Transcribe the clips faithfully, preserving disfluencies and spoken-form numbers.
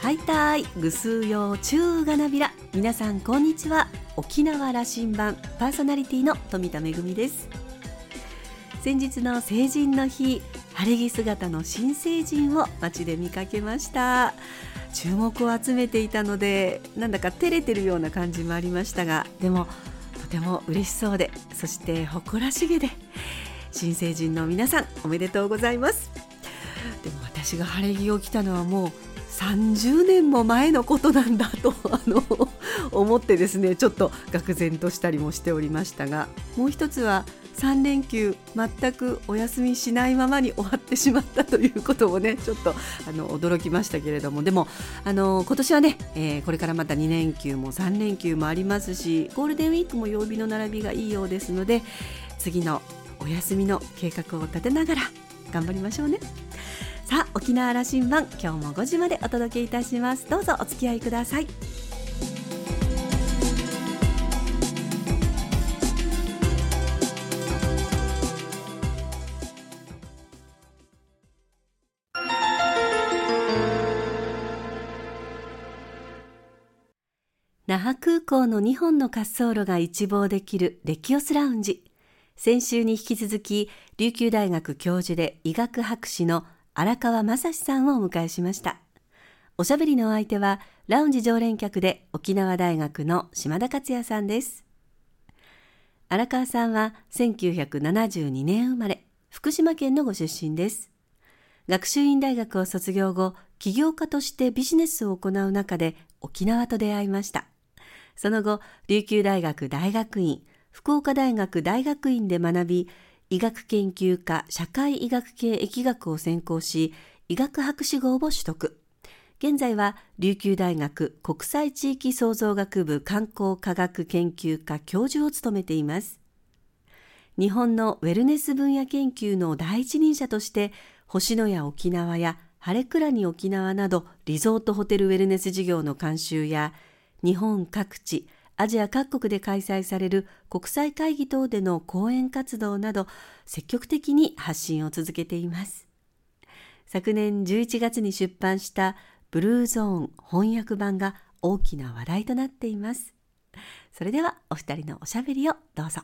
はいたいぐすうようちゅうがなびら。皆さんこんにちは。沖縄羅針盤パーソナリティの富田恵です。先日の成人の日、晴れ着姿の新成人を街で見かけました。注目を集めていたので、なんだか照れてるような感じもありましたが、でもとても嬉しそうで、そして誇らしげで、新成人の皆さんおめでとうございます。でも私が晴れ着を着たのはもうさんじゅうねんも前のことなんだとあの思ってですね、ちょっと愕然としたりもしておりましたが、もう一つはさん連休全くお休みしないままに終わってしまったということもね、ちょっとあの驚きましたけれども、でもあの今年はね、えー、これからまたに連休もさん連休もありますし、ゴールデンウィークも曜日の並びがいいようですので、次のお休みの計画を立てながら頑張りましょうね。さあ、沖縄羅針盤、今日もごじまでお届けいたします。どうぞお付き合いください。那覇空港のにほんの滑走路が一望できるレキオスラウンジ。先週に引き続き、琉球大学教授で医学博士の荒川正史さんをお迎えしました。おしゃべりのお相手はラウンジ常連客で沖縄大学の島田克也さんです。荒川さんはせんきゅうひゃくななじゅうにねん生まれ、福島県のご出身です。学習院大学を卒業後、起業家としてビジネスを行う中で沖縄と出会いました。その後、琉球大学大学院、福岡大学大学院で学び、医学研究科社会医学系疫学を専攻し、医学博士号を取得。現在は琉球大学国際地域創造学部観光科学研究科教授を務めています。日本のウェルネス分野研究の第一人者として、星のや沖縄や晴れくらに沖縄などリゾートホテルウェルネス事業の監修や、日本各地、アジア各国で開催される国際会議等での講演活動など、積極的に発信を続けています。昨年じゅういちがつに出版したブルーゾーン翻訳版が大きな話題となっています。それではお二人のおしゃべりをどうぞ。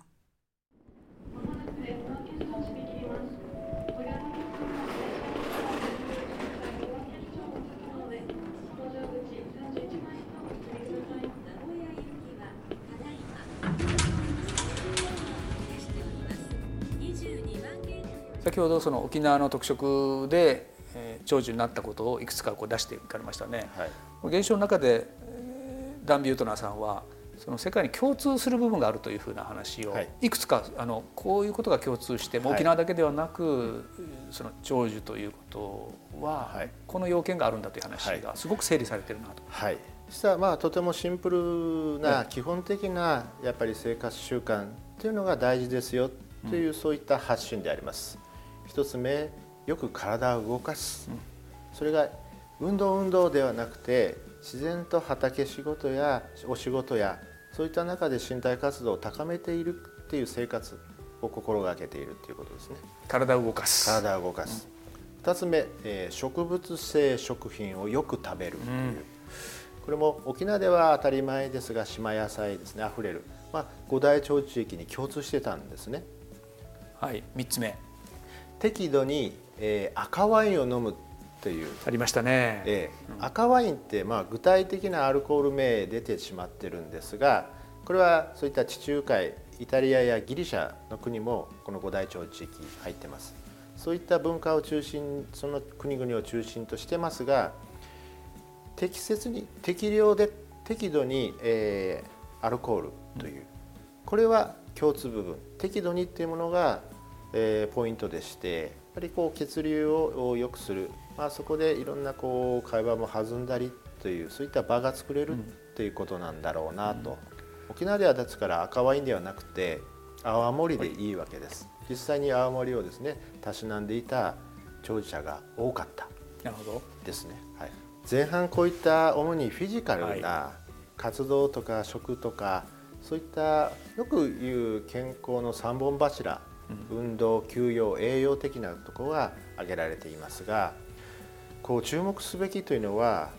先ほどその沖縄の特色で、えー、長寿になったことをいくつかこう出していかれましたね。はい、現象の中で、えー、ダン・ビュートナーさんはその世界に共通する部分があるというふうな話を、はい、いくつかあのこういうことが共通して、はい、沖縄だけではなくその長寿ということは、はい、この要件があるんだという話がすごく整理されているなと。 はい、実はまあとてもシンプルな基本的なやっぱり生活習慣というのが大事ですよという、うん、そういった発信であります。一つ目、よく体を動かす、うん、それが運動運動ではなくて、自然と畑仕事やお仕事やそういった中で身体活動を高めているっていう生活を心がけているということですね。 体を動かす体を動かす、うん、ふたつめ、えー、植物性食品をよく食べるという、うん、これも沖縄では当たり前ですが、島野菜ですね、あふれる、まあ、五大長寿地域に共通してたんですね。 はい、みっつめ、 適度に、えー、赤ワインを飲むというありましたね。 えーうん、赤ワインって、まあ、具体的なアルコール名出てしまってるんですが、これはそういった地中海、イタリアやギリシャの国もこの五大長寿地域入ってます。そういった文化を中心、その国々を中心としてますが、適切に適量で適度に、えー、アルコールという、うん、これは共通部分、適度にっていうものがえー、ポイントでして、やっぱりこう血流を良くする、まあ、そこでいろんなこう会話も弾んだりという、そういった場が作れるということなんだろうなと、うん、沖縄ではですから赤ワインではなくて泡盛でいいわけです。実際に泡盛をですねたしなんでいた長寿者が多かったですね。はい、前半こういった主にフィジカルな活動とか食とか、そういったよく言う健康のさんぼん柱、運動、休養、栄養的なところが挙げられていますが、こう注目すべきというのは、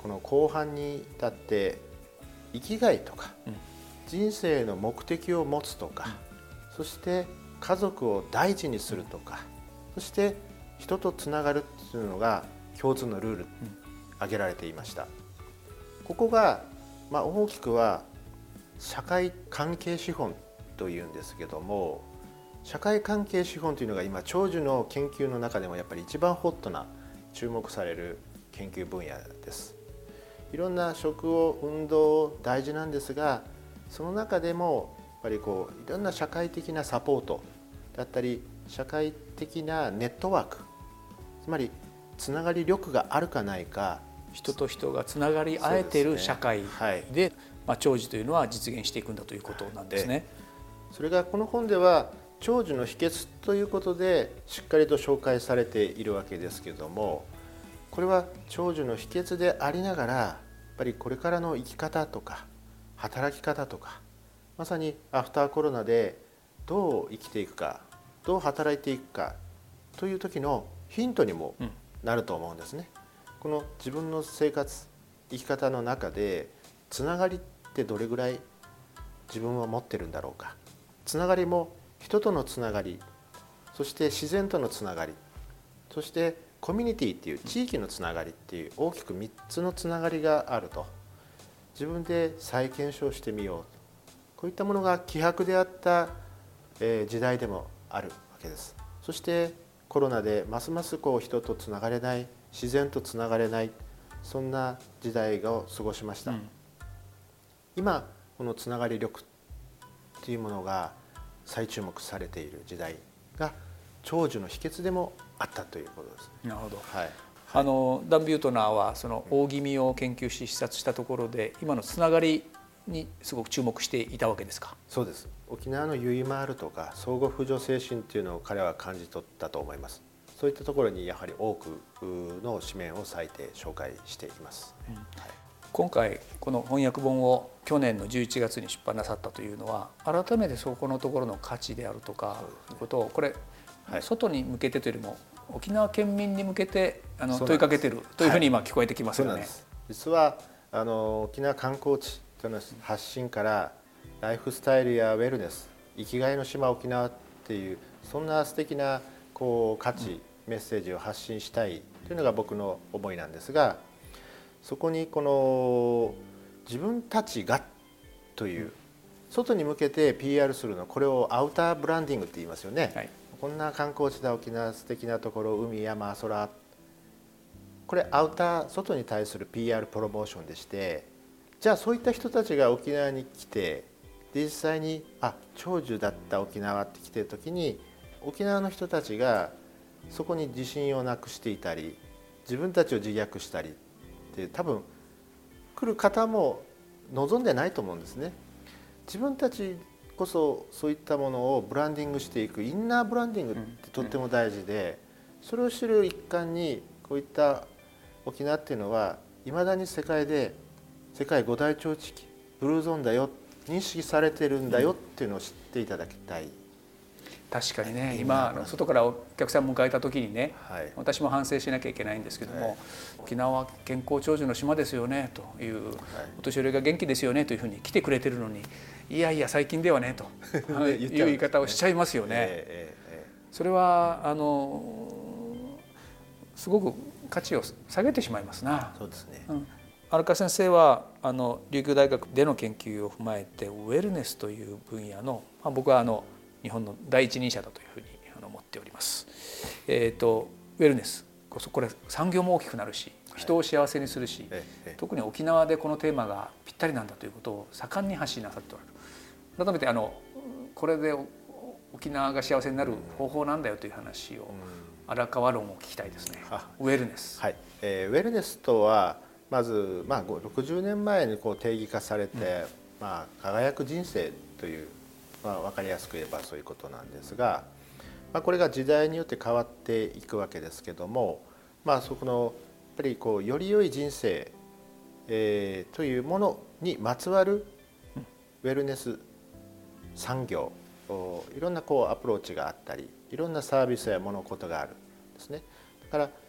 この後半に至って生きがいとか、うん、人生の目的を持つとか、うん、そして家族を大事にするとか、うん、そして人とつながるというのが共通のルール、うん、挙げられていました。ここが、まあ、大きくは社会関係資本というんですけども、社会関係資本というのが今長寿の研究の中でもやっぱり一番ホットな注目される研究分野です。いろんな食を運動大事なんですが、その中でもやっぱりこういろんな社会的なサポートだったり社会的なネットワーク、つまりつながり力があるかないか、 人と人がつながり合えている社会で、はい、まあ、長寿というのは実現していくんだということなんですね。 それがこの本では長寿の秘訣ということでしっかりと紹介されているわけですけれども、これは長寿の秘訣でありながらやっぱりこれからの生き方とか働き方とか、まさにアフターコロナでどう生きていくか、どう働いていくかという時のヒントにもなると思うんですね。この自分の生活生き方の中でつながりってどれぐらい自分は持ってるんだろうか。つながりも人とのつながり、そして自然とのつながり、そしてコミュニティっていう地域のつながりっていう大きくみっつのつながりがあると、自分で再検証してみよう、こういったものが希薄であった時代でもあるわけです。そしてコロナでますますこう人とつながれない、自然とつながれない、そんな時代を過ごしました。うん、今このつながり力というものが再注目されている時代が長寿の秘訣でもあったということです。 なるほど。はい。あのダン・ビュートナーはその大気味を研究し視察したところで今のつながりにすごく注目していたわけですか。 そうです。沖縄のゆいまーるとか相互扶助精神というのを彼は感じ取ったと思います。そういったところにやはり多くの紙面を割いて紹介しています。うん、はい、 今回この翻訳本を去年のじゅういちがつに出版なさったというのは、改めてそこのところの価値であるとかいうことを、これ、はい、外に向けてというよりも沖縄県民に向けてあの問いかけているというふうに今聞こえてきますよね。はい、 実はあの沖縄観光地との発信からライフスタイルやウェルネス、生きがいの島沖縄っていうそんな素敵なこう価値、うん、メッセージを発信したいというのが僕の思いなんですが、そこにこの自分たちがという外に向けて ピーアール するの、これをアウターブランディングって言いますよね。はい、こんな観光地だ、沖縄素敵なところ、海山空、これアウター外に対する ピーアール プロモーションでして、じゃあそういった人たちが沖縄に来て実際にあ長寿だった沖縄って来てる時に、沖縄の人たちがそこに自信をなくしていたり自分たちを自虐したりって多分来る方も望んでないと思うんですね。自分たちこそそういったものをブランディングしていくインナーブランディングってとっても大事で、それを知る一環にこういった沖縄っていうのはいまだに世界で世界五大長地域ブルーゾーンだよ、認識されてるんだよっていうのを知っていただきたい。 確かにね、今外からお客さんを迎えた時にね、はい、私も反省しなきゃいけないんですけども、はい、沖縄は健康長寿の島ですよねという、はい、お年寄りが元気ですよねというふうに来てくれてるのに、いやいや最近ではねという言い方をしちゃいますよね。えーえー、それはあのすごく価値を下げてしまいますな。 そうですね。うん、 荒川先生はあの琉球大学での研究を踏まえてウェルネスという分野の、まあ、僕はあの日本の第一人者だというふうに思っております。えーと、ウェルネスこそこれ産業も大きくなるし人を幸せにするし、はい、特に沖縄でこのテーマがぴったりなんだということを盛んに発信なさっておられる。改めてあのこれで沖縄が幸せになる方法なんだよという話を、荒川論を聞きたいですね。ウェルネス、 はい、えー、ウェルネスとはまず、まあ、ろくじゅうねんまえにこう定義化されて、うん、まあ、輝く人生という、まあ、分かりやすく言えばそういうことなんですが、まあ、これが時代によって変わっていくわけですけども、まあ、そこのやっぱりこうより良い人生、えー、というものにまつわるウェルネス産業、いろんなこうアプローチがあったり、いろんなサービスや物事があるんですね。だから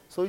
そういった、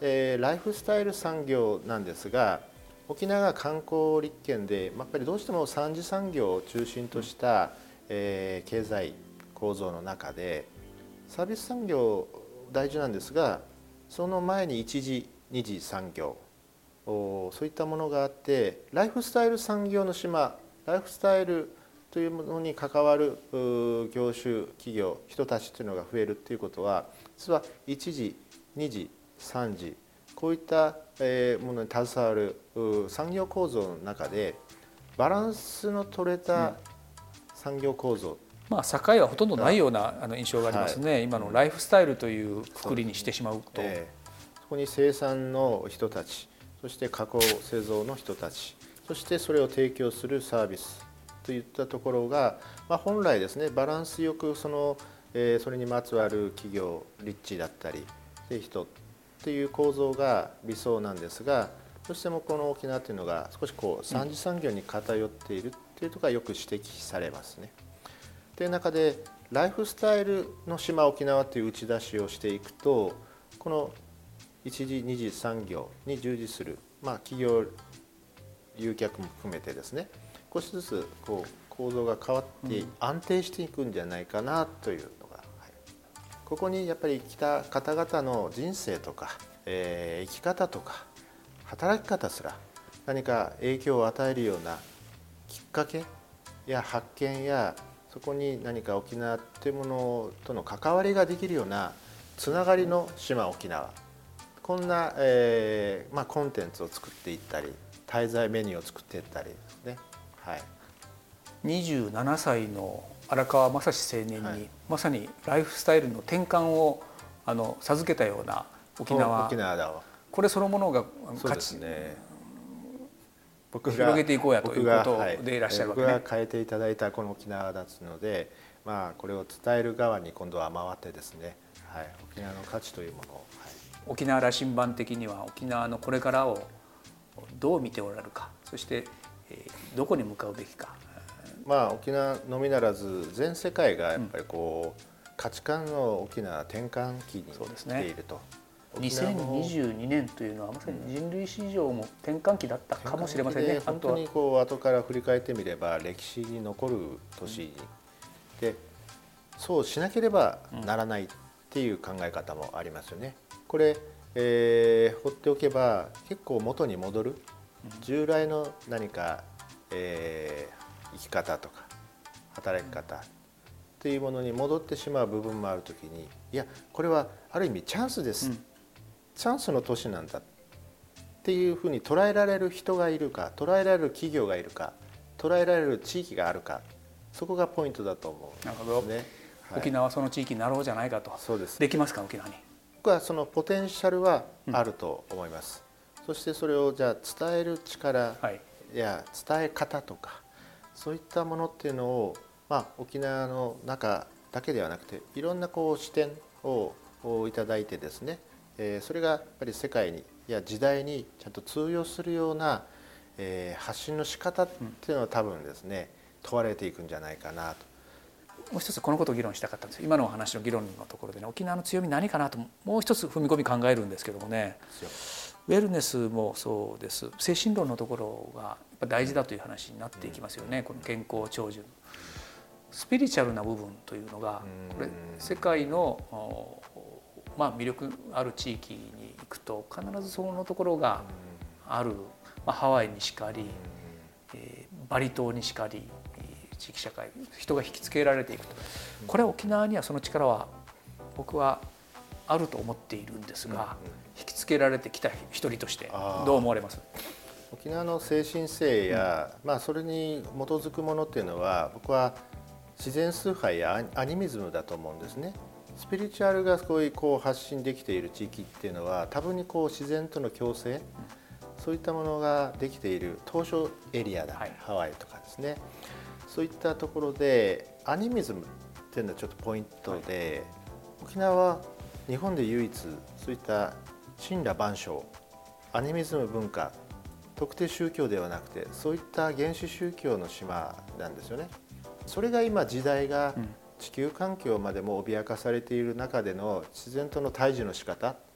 えー、ライフスタイル産業なんですが、沖縄が観光立県でやっぱりどうしても三次産業を中心とした、えー、経済構造の中でサービス産業大事なんですが、その前に一次二次産業、そういったものがあって、ライフスタイル産業の島、ライフスタイルというものに関わる業種企業人たちというのが増えるということは、実は一次二次三次こういったものに携わる産業構造の中でバランスの取れた産業構造、 まあ、境はほとんどないようなあの印象がありますね、はい、今のライフスタイルというくくりにしてしまうと、 えー、そこに生産の人たち、そして加工製造の人たち、そしてそれを提供するサービスといったところが、まあ、本来ですね、バランスよくその、えー、それにまつわる企業立地だったりで人っていう構造が理想なんですが、どうしてもこの沖縄というのが少しこう三次産業に偏っているっていうところがよく指摘されますね。という中でライフスタイルの島沖縄という打ち出しをしていくと、この一次二次産業に従事する、まあ、企業誘客も含めてですね、少しずつこう構造が変わって安定していくんじゃないかなというのが、はい、ここにやっぱり来た方々の人生とか、えー、生き方とか働き方すら何か影響を与えるようなきっかけや発見や、そこに何か沖縄というものとの関わりができるようなつながりの島沖縄、こんな、えーまあ、コンテンツを作っていったり滞在メニューを作っていったりですね、はい、 にじゅうななさいの荒川雅史青年に、はい、まさにライフスタイルの転換をあの授けたような沖縄、 沖縄だわこれそのものが価値、ね、僕広げていこうやということでいらっしゃるわけね。 僕が変えていただいたこの沖縄だつので、まあ、これを伝える側に今度は回ってですね、はい、沖縄の価値というものを、はい、 沖縄羅針盤的には沖縄のこれからをどう見ておられるか、そしてどこに向かうべきか。 まあ、沖縄のみならず全世界がやっぱりこう、うん、価値観の大きな転換期に来ていると。 にせんにじゅうにねんというのはまさに人類史上も転換期だったかもしれませんね。 本当にこう後から振り返ってみれば歴史に残る年に、うん、でそうしなければならないっていう考え方もありますよね。これ、えー、放っておけば結構元に戻る、うん、従来の何か、えー、生き方とか働き方というものに戻ってしまう部分もあるときに、いやこれはある意味チャンスです、うん、チャンスの年なんだっていうふうに捉えられる人がいるか、捉えられる企業がいるか、捉えられる地域があるか、そこがポイントだと思うんですね。 なるほど、はい、沖縄はその地域になろうじゃないかと。 そうです。 できますか沖縄に。 僕はそのポテンシャルはあると思います、うん、そしてそれをじゃあ伝える力や伝え方とか、そういったものっていうのを、まあ、沖縄の中だけではなくていろんなこう視点をいただいてですね、えー、それがやっぱり世界にや時代にちゃんと通用するような、えー、発信の仕方っていうのは多分ですね、問われていくんじゃないかなと。 もう一つこのことを議論したかったんですよ。今のお話の議論のところでね、沖縄の強み何かなともう一つ踏み込み考えるんですけどもね、ウェルネスもそうです。精神論のところがやっぱ大事だという話になっていきますよね、うん、この健康長寿。スピリチュアルな部分というのがこれ世界の、まあ、魅力ある地域に行くと必ずそのところがある、まあ、ハワイにしかり、えー、バリ島にしかり地域社会人が引きつけられていくと、これは沖縄にはその力は僕はあると思っているんですが、引きつけられてきた一人としてどう思われます？ 沖縄の精神性や、うん、まあ、それに基づくものっていうのは僕は自然崇拝やアニミズムだと思うんですね。スピリチュアルがこういうこう発信できている地域っていうのは多分にこう自然との共生、うん、そういったものができている島嶼エリアだ、はい、ハワイとかですね、そういったところでアニミズムっていうのはちょっとポイントで、はい、沖縄は日本で唯一そういった神羅万象アニミズム文化、特定宗教ではなくてそういった原始宗教の島なんですよね。それが今時代が地球環境までも脅かされている中での自然との対峙の仕方、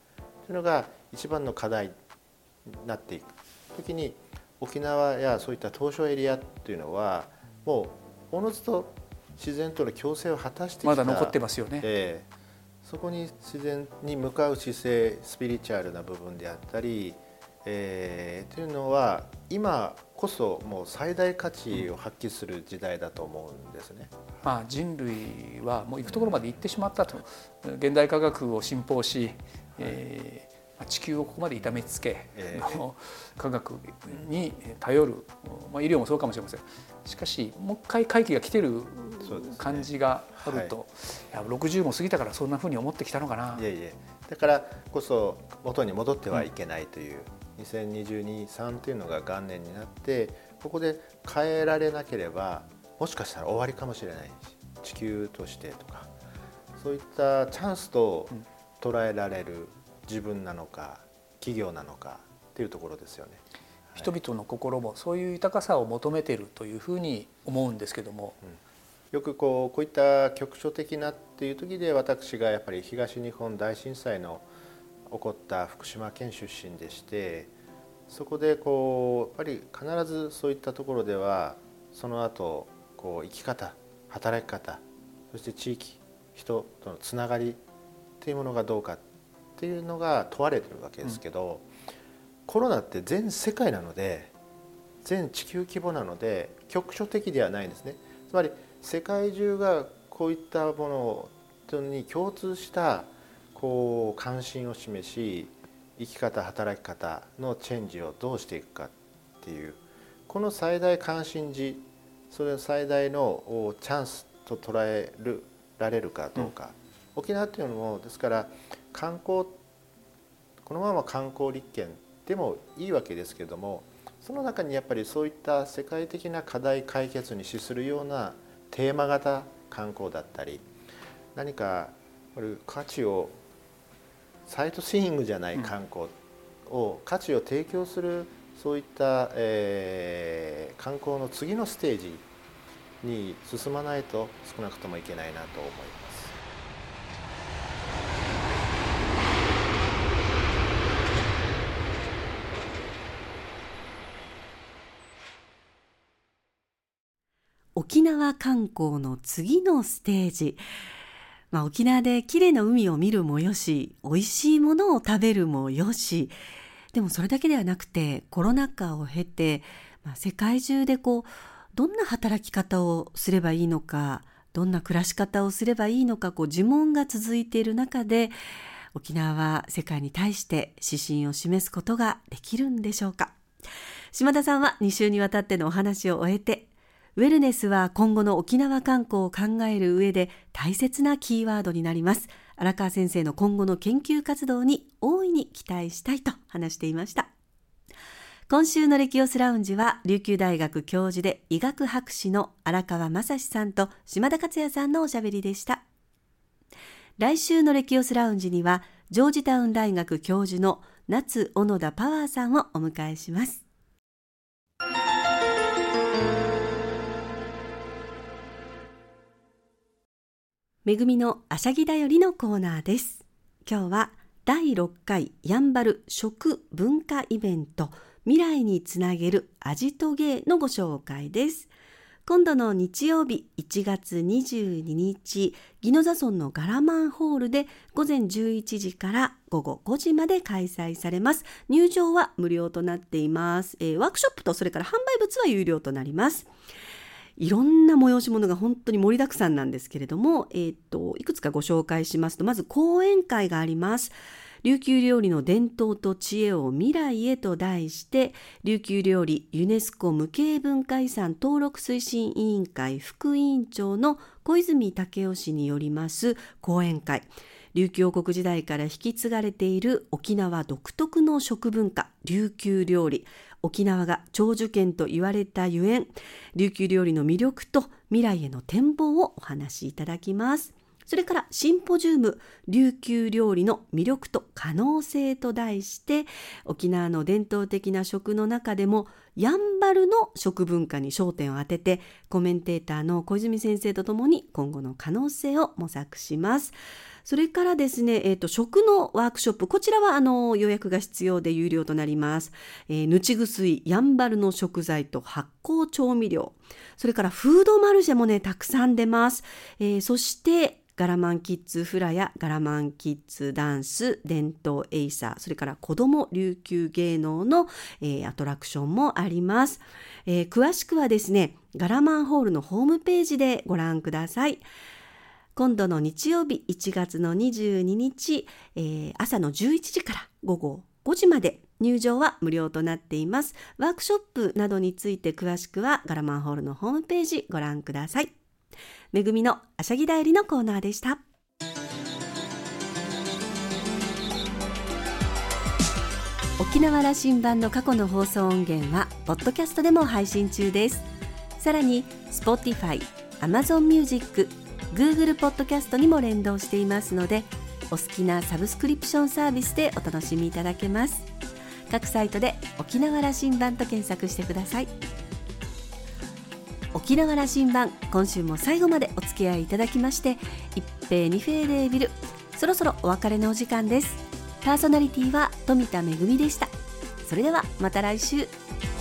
というのが一番の課題になっていく時に、沖縄やそういった島しょエリアというのはもうおのずと自然との共生を果たしてきた、 まだ残ってますよね、 えー、そこに自然に向かう姿勢、スピリチュアルな部分であったり、えー、というのは今こそもう最大価値を発揮する時代だと思うんですね。 まあ、人類はもう行くところまで行ってしまったと、現代科学を信奉し、えー地球をここまで痛めつけ、えー、科学に頼る、まあ、医療もそうかもしれません。しかしもう一回回帰が来てる感じがあると、ね、はい、いやろくじゅうも過ぎたからそんなふうに思ってきたのかな。 いえいえ、だからこそ元に戻ってはいけないという、うん、にせんにじゅうに、さんというのが元年になって、ここで変えられなければもしかしたら終わりかもしれないし、地球としてとかそういったチャンスと捉えられる自分なのか企業なのかっていうところですよね。 人々の心もそういう豊かさを求めているというふうに思うんですけども、 うん、よくこうこういった局所的なっていう時で、私がやっぱり東日本大震災の起こった福島県出身でして、そこでこうやっぱり必ずそういったところではその後こう生き方、働き方、そして地域、人とのつながりっていうものがどうかっていうのが問われてるわけですけど、うん、コロナって全世界なので、全地球規模なので局所的ではないんですね。つまり世界中がこういったものに共通したこう関心を示し、生き方、働き方のチェンジをどうしていくかっていう、この最大関心事、それを最大のチャンスと捉えられるかどうか、うん、沖縄っていうのもですから観光、このまま観光立県でもいいわけですけれども、その中にやっぱりそういった世界的な課題解決に資するようなテーマ型観光だったり、何か価値をサイトシーイングじゃない観光を価値を提供する、そういった、えー、観光の次のステージに進まないと少なくともいけないなと思います。 沖縄観光の次のステージ、まあ、沖縄で綺麗な海を見るもよし、美味しいものを食べるもよし、でもそれだけではなくてコロナ禍を経て、まあ、世界中でこうどんな働き方をすればいいのか、どんな暮らし方をすればいいのか、こう呪文が続いている中で、沖縄は世界に対して指針を示すことができるんでしょうか。島田さんはに週にわたってのお話を終えて、ウェルネスは今後の沖縄観光を考える上で大切なキーワードになります。荒川先生の今後の研究活動に大いに期待したいと話していました。今週のレキオスラウンジは琉球大学教授で医学博士の荒川正史さんと島田克也さんのおしゃべりでした。来週のレキオスラウンジにはジョージタウン大学教授の夏小野田パワーさんをお迎えします。めぐみのあしゃぎだよりのコーナーです。今日はだいろっかいやんばる食文化イベント未来につなげる味と芸のご紹介です。今度の日曜日いちがつにじゅうににち、宜野座村のガラマンホールでごぜんじゅういちじからごごごじまで開催されます。入場は無料となっています。えー、ワークショップとそれから販売物は有料となります。いろんな催し物が本当に盛りだくさんなんですけれども、えー、といくつかご紹介しますと、まず講演会があります。琉球料理の伝統と知恵を未来へと題して、琉球料理ユネスコ無形文化遺産登録推進委員会副委員長の小泉武雄氏によります講演会、琉球王国時代から引き継がれている沖縄独特の食文化、琉球料理、沖縄が長寿県と言われたゆえん、琉球料理の魅力と未来への展望をお話しいただきます。それからシンポジウム、琉球料理の魅力と可能性と題して、沖縄の伝統的な食の中でもやんばるの食文化に焦点を当てて、コメンテーターの小泉先生とともに今後の可能性を模索します。 それからですね、えーと、食のワークショップ、こちらはあの予約が必要で有料となります。えー、ぬちぐすい、やんばるの食材と発酵調味料、それからフードマルシェもねたくさん出ます。えー、そしてガラマンキッズフラやガラマンキッズダンス、伝統エイサー、それから子ども琉球芸能の、えー、アトラクションもあります。えー、詳しくはですね、ガラマンホールのホームページでご覧ください。今度の日曜日いちがつのにじゅうににち、えー、朝のじゅういちじから午後ごじまで入場は無料となっています。ワークショップなどについて詳しくはガラマンホールのホームページご覧ください。めぐみのあしゃぎだよりのコーナーでした。沖縄羅針盤の過去の放送音源はポッドキャストでも配信中です。さらに Spotify、Amazon Music、Google ポッドキャストにも連動していますので、お好きなサブスクリプションサービスでお楽しみいただけます。各サイトで沖縄羅針盤と検索してください。沖縄羅針盤、今週も最後までお付き合いいただきまして一平二平デービル、そろそろお別れのお時間です。パーソナリティは富田恵でした。それではまた来週。